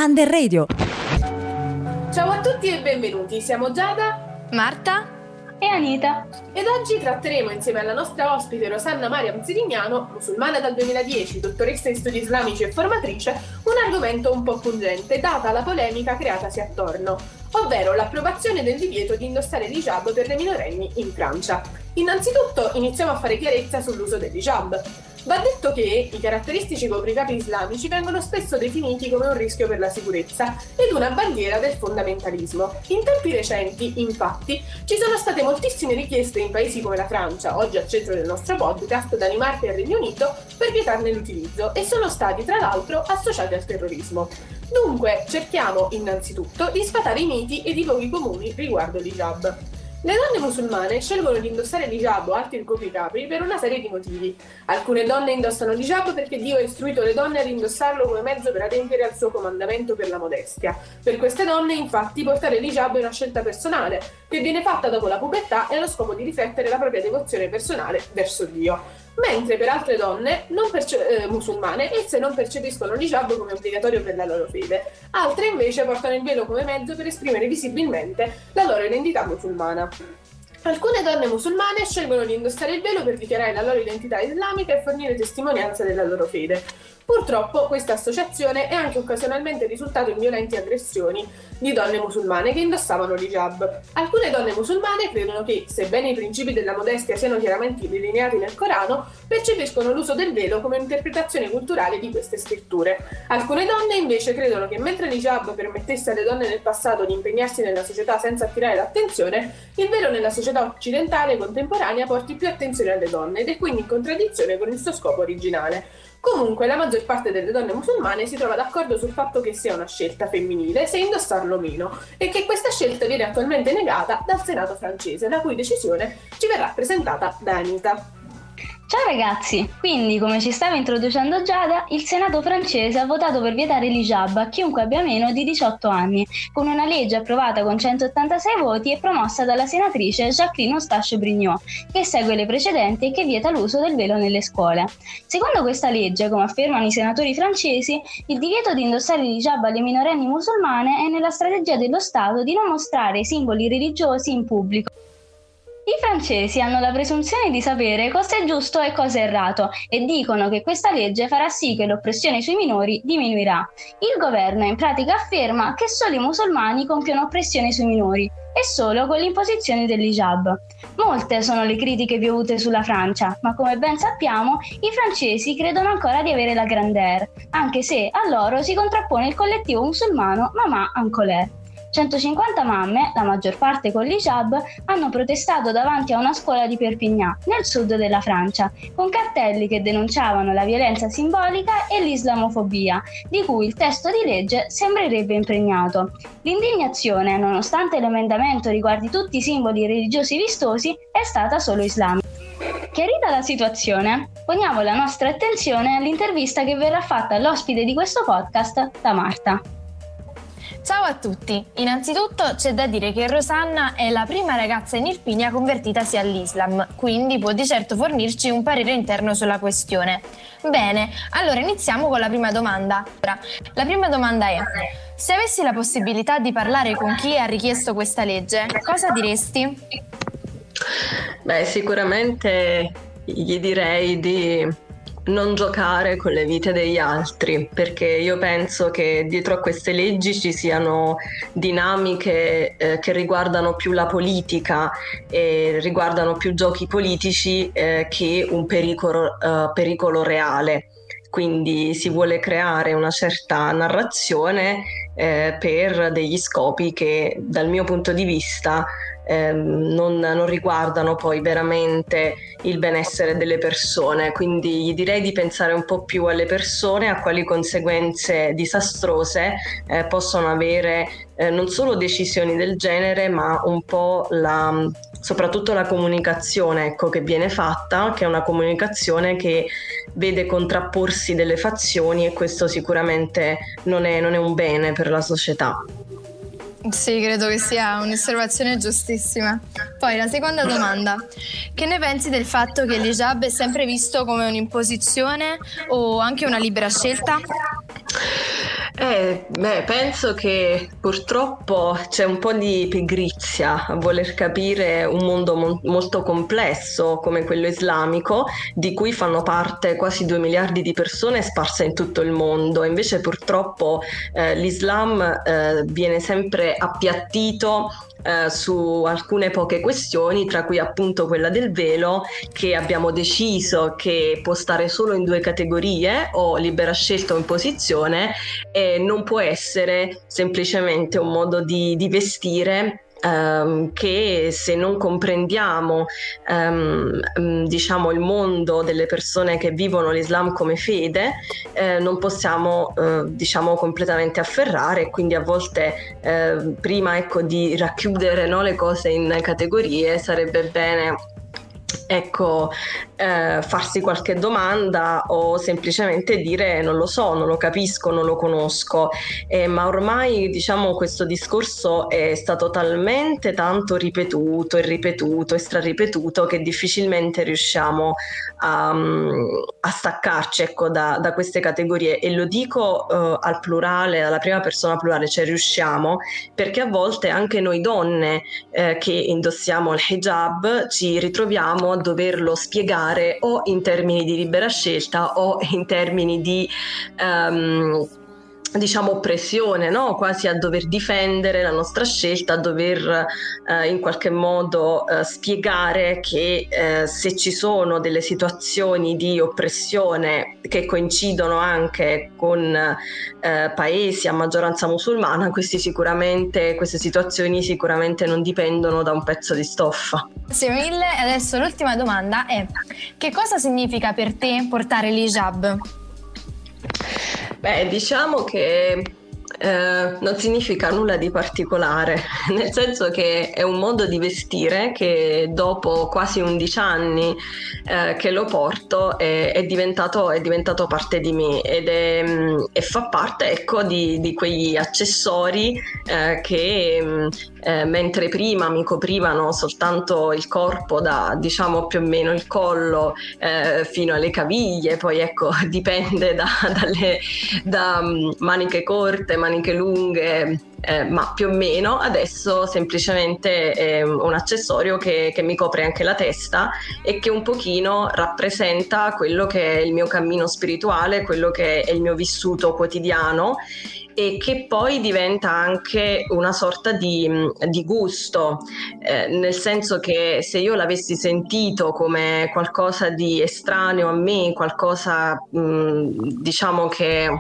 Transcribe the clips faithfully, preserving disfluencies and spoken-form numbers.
Under Radio. Ciao a tutti e benvenuti, siamo Giada, Marta e Anita. Ed oggi tratteremo insieme alla nostra ospite Rosanna Mariam Zirignano, musulmana dal duemiladieci, dottoressa in studi islamici e formatrice, un argomento un po' pungente data la polemica creatasi attorno, ovvero l'approvazione del divieto di indossare l'hijab per le minorenni in Francia. Innanzitutto iniziamo a fare chiarezza sull'uso dell'hijab. Va detto che i caratteristici copricapi islamici vengono spesso definiti come un rischio per la sicurezza ed una bandiera del fondamentalismo. In tempi recenti, infatti, ci sono state moltissime richieste in paesi come la Francia, oggi al centro del nostro podcast, Danimarca e Regno Unito, per vietarne l'utilizzo e sono stati, tra l'altro, associati al terrorismo. Dunque, cerchiamo innanzitutto di sfatare i miti ed i luoghi comuni riguardo l'hijab. Le donne musulmane scelgono di indossare l'hijab o altri copricapi per una serie di motivi. Alcune donne indossano l'hijab perché Dio ha istruito le donne ad indossarlo come mezzo per adempiere al suo comandamento per la modestia. Per queste donne, infatti, portare l'hijab è una scelta personale, che viene fatta dopo la pubertà e allo scopo di riflettere la propria devozione personale verso Dio. Mentre per altre donne non perce- eh, musulmane, esse non percepiscono l'hijab come obbligatorio per la loro fede. Altre invece portano il velo come mezzo per esprimere visibilmente la loro identità musulmana. Alcune donne musulmane scelgono di indossare il velo per dichiarare la loro identità islamica e fornire testimonianza della loro fede. Purtroppo questa associazione è anche occasionalmente risultato in violenti aggressioni di donne musulmane che indossavano l'hijab. Alcune donne musulmane credono che, sebbene i principi della modestia siano chiaramente delineati nel Corano, percepiscono l'uso del velo come un'interpretazione culturale di queste scritture. Alcune donne invece credono che mentre l'hijab permettesse alle donne del passato di impegnarsi nella società senza attirare l'attenzione, il velo nella società occidentale contemporanea porti più attenzione alle donne ed è quindi in contraddizione con il suo scopo originale. Comunque la maggior parte delle donne musulmane si trova d'accordo sul fatto che sia una scelta femminile se indossarlo o meno e che questa scelta viene attualmente negata dal Senato francese, la cui decisione ci verrà presentata da Anita. Ciao ragazzi, quindi come ci stava introducendo Giada, il Senato francese ha votato per vietare l'hijab a chiunque abbia meno di diciotto anni, con una legge approvata con centottantasei voti e promossa dalla senatrice Jacqueline Eustache-Brignot, che segue le precedenti e che vieta l'uso del velo nelle scuole. Secondo questa legge, come affermano i senatori francesi, il divieto di indossare l'hijab alle minorenni musulmane è nella strategia dello Stato di non mostrare i simboli religiosi in pubblico. I francesi hanno la presunzione di sapere cosa è giusto e cosa è errato e dicono che questa legge farà sì che l'oppressione sui minori diminuirà. Il governo in pratica afferma che solo i musulmani compiono oppressione sui minori e solo con l'imposizione dell'hijab. Molte sono le critiche piovute sulla Francia, ma come ben sappiamo i francesi credono ancora di avere la grandeur, anche se a loro si contrappone il collettivo musulmano Maman en colère. centocinquanta mamme, la maggior parte con l'hijab, hanno protestato davanti a una scuola di Perpignan, nel sud della Francia, con cartelli che denunciavano la violenza simbolica e l'islamofobia, di cui il testo di legge sembrerebbe impregnato. L'indignazione, nonostante l'emendamento riguardi tutti i simboli religiosi vistosi, è stata solo islamica. Chiarita la situazione, poniamo la nostra attenzione all'intervista che verrà fatta all'ospite di questo podcast da Marta. Ciao a tutti! Innanzitutto c'è da dire che Rosanna è la prima ragazza in Irpinia convertitasi all'Islam, quindi può di certo fornirci un parere interno sulla questione. Bene, allora iniziamo con la prima domanda. La prima domanda è: se avessi la possibilità di parlare con chi ha richiesto questa legge, cosa diresti? Beh, sicuramente gli direi di non giocare con le vite degli altri, perché io penso che dietro a queste leggi ci siano dinamiche eh, che riguardano più la politica e riguardano più giochi politici eh, che un pericolo, eh, pericolo reale. Quindi si vuole creare una certa narrazione eh, per degli scopi che dal mio punto di vista eh, non, non riguardano poi veramente il benessere delle persone. Quindi gli direi di pensare un po' più alle persone, a quali conseguenze disastrose eh, possono avere eh, non solo decisioni del genere, ma un po' la, soprattutto la comunicazione, ecco, che viene fatta, che è una comunicazione che vede contrapporsi delle fazioni, e questo sicuramente non è, non è un bene per la società. Sì, credo che sia un'osservazione giustissima. Poi la seconda domanda: che ne pensi del fatto che l'hijab è sempre visto come un'imposizione o anche una libera scelta? Eh, beh, penso che purtroppo c'è un po' di pigrizia a voler capire un mondo mo- molto complesso come quello islamico, di cui fanno parte quasi due miliardi di persone sparse in tutto il mondo. Invece purtroppo eh, l'Islam eh, viene sempre appiattito eh, su alcune poche questioni, tra cui appunto quella del velo, che abbiamo deciso che può stare solo in due categorie, o libera scelta o imposizione, e non può essere semplicemente un modo di, di vestire Um, che, se non comprendiamo um, um, diciamo il mondo delle persone che vivono l'Islam come fede, eh, non possiamo uh, diciamo completamente afferrare, e quindi a volte eh, prima ecco di racchiudere, no, le cose in categorie, sarebbe bene ecco eh, farsi qualche domanda, o semplicemente dire non lo so, non lo capisco, non lo conosco. Eh, ma ormai diciamo questo discorso è stato talmente tanto ripetuto e ripetuto e straripetuto che difficilmente riusciamo a, a staccarci ecco da, da queste categorie, e lo dico eh, al plurale, alla prima persona plurale, cioè riusciamo, perché a volte anche noi donne eh, che indossiamo il hijab ci ritroviamo a doverlo spiegare o in termini di libera scelta o in termini di um, diciamo oppressione, no? Quasi a dover difendere la nostra scelta, a dover eh, in qualche modo eh, spiegare che eh, se ci sono delle situazioni di oppressione che coincidono anche con eh, paesi a maggioranza musulmana, questi sicuramente, queste situazioni sicuramente non dipendono da un pezzo di stoffa. Grazie mille. Adesso l'ultima domanda è: che cosa significa per te portare l'hijab? Beh, diciamo che eh, non significa nulla di particolare, nel senso che è un modo di vestire che dopo quasi undici anni eh, che lo porto è, è, diventato, è diventato parte di me, ed è, e fa parte ecco di, di quegli accessori eh, che eh, mentre prima mi coprivano soltanto il corpo da diciamo più o meno il collo eh, fino alle caviglie, poi ecco dipende da, dalle da maniche corte, maniche lunghe, eh, ma più o meno adesso semplicemente è un accessorio che, che mi copre anche la testa e che un pochino rappresenta quello che è il mio cammino spirituale, quello che è il mio vissuto quotidiano, e che poi diventa anche una sorta di, di gusto, eh, nel senso che se io l'avessi sentito come qualcosa di estraneo a me, qualcosa mh, diciamo che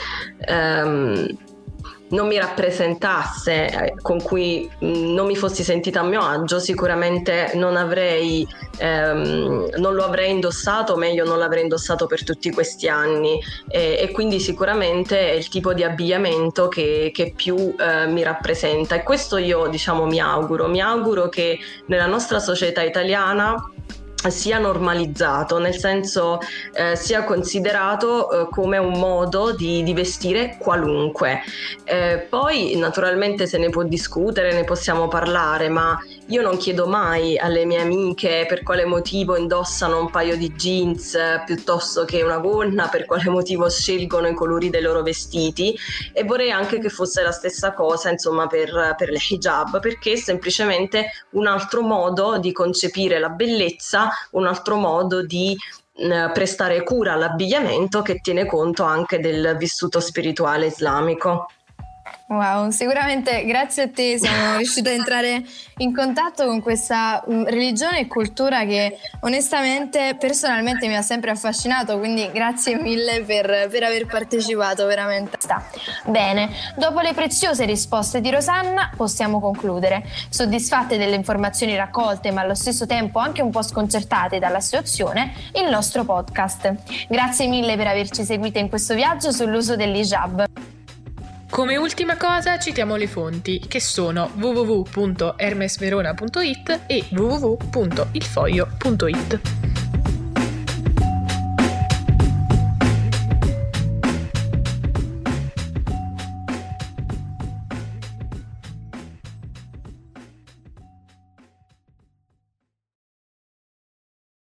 ehm, non mi rappresentasse, con cui mh, non mi fossi sentita a mio agio, sicuramente non avrei ehm, non lo avrei indossato, o meglio non l'avrei indossato per tutti questi anni, e, e quindi sicuramente è il tipo di abbigliamento che, che più eh, mi rappresenta, e questo io diciamo mi auguro mi auguro che nella nostra società italiana sia normalizzato, nel senso eh, sia considerato eh, come un modo di, di vestire qualunque. Eh, poi naturalmente se ne può discutere, ne possiamo parlare, ma io non chiedo mai alle mie amiche per quale motivo indossano un paio di jeans piuttosto che una gonna, per quale motivo scelgono i colori dei loro vestiti, e vorrei anche che fosse la stessa cosa insomma per, per le hijab, perché è semplicemente un altro modo di concepire la bellezza, un altro modo di eh, prestare cura all'abbigliamento che tiene conto anche del vissuto spirituale islamico. Wow, sicuramente grazie a te siamo riusciti a entrare in contatto con questa religione e cultura che onestamente personalmente mi ha sempre affascinato, quindi grazie mille per, per aver partecipato, veramente. Bene, dopo le preziose risposte di Rosanna possiamo concludere, soddisfatte delle informazioni raccolte ma allo stesso tempo anche un po' sconcertate dalla situazione, il nostro podcast. Grazie mille per averci seguite in questo viaggio sull'uso dell'hijab. Come ultima cosa citiamo le fonti, che sono w w w punto hermesverona punto it e w w w punto ilfoglio punto it.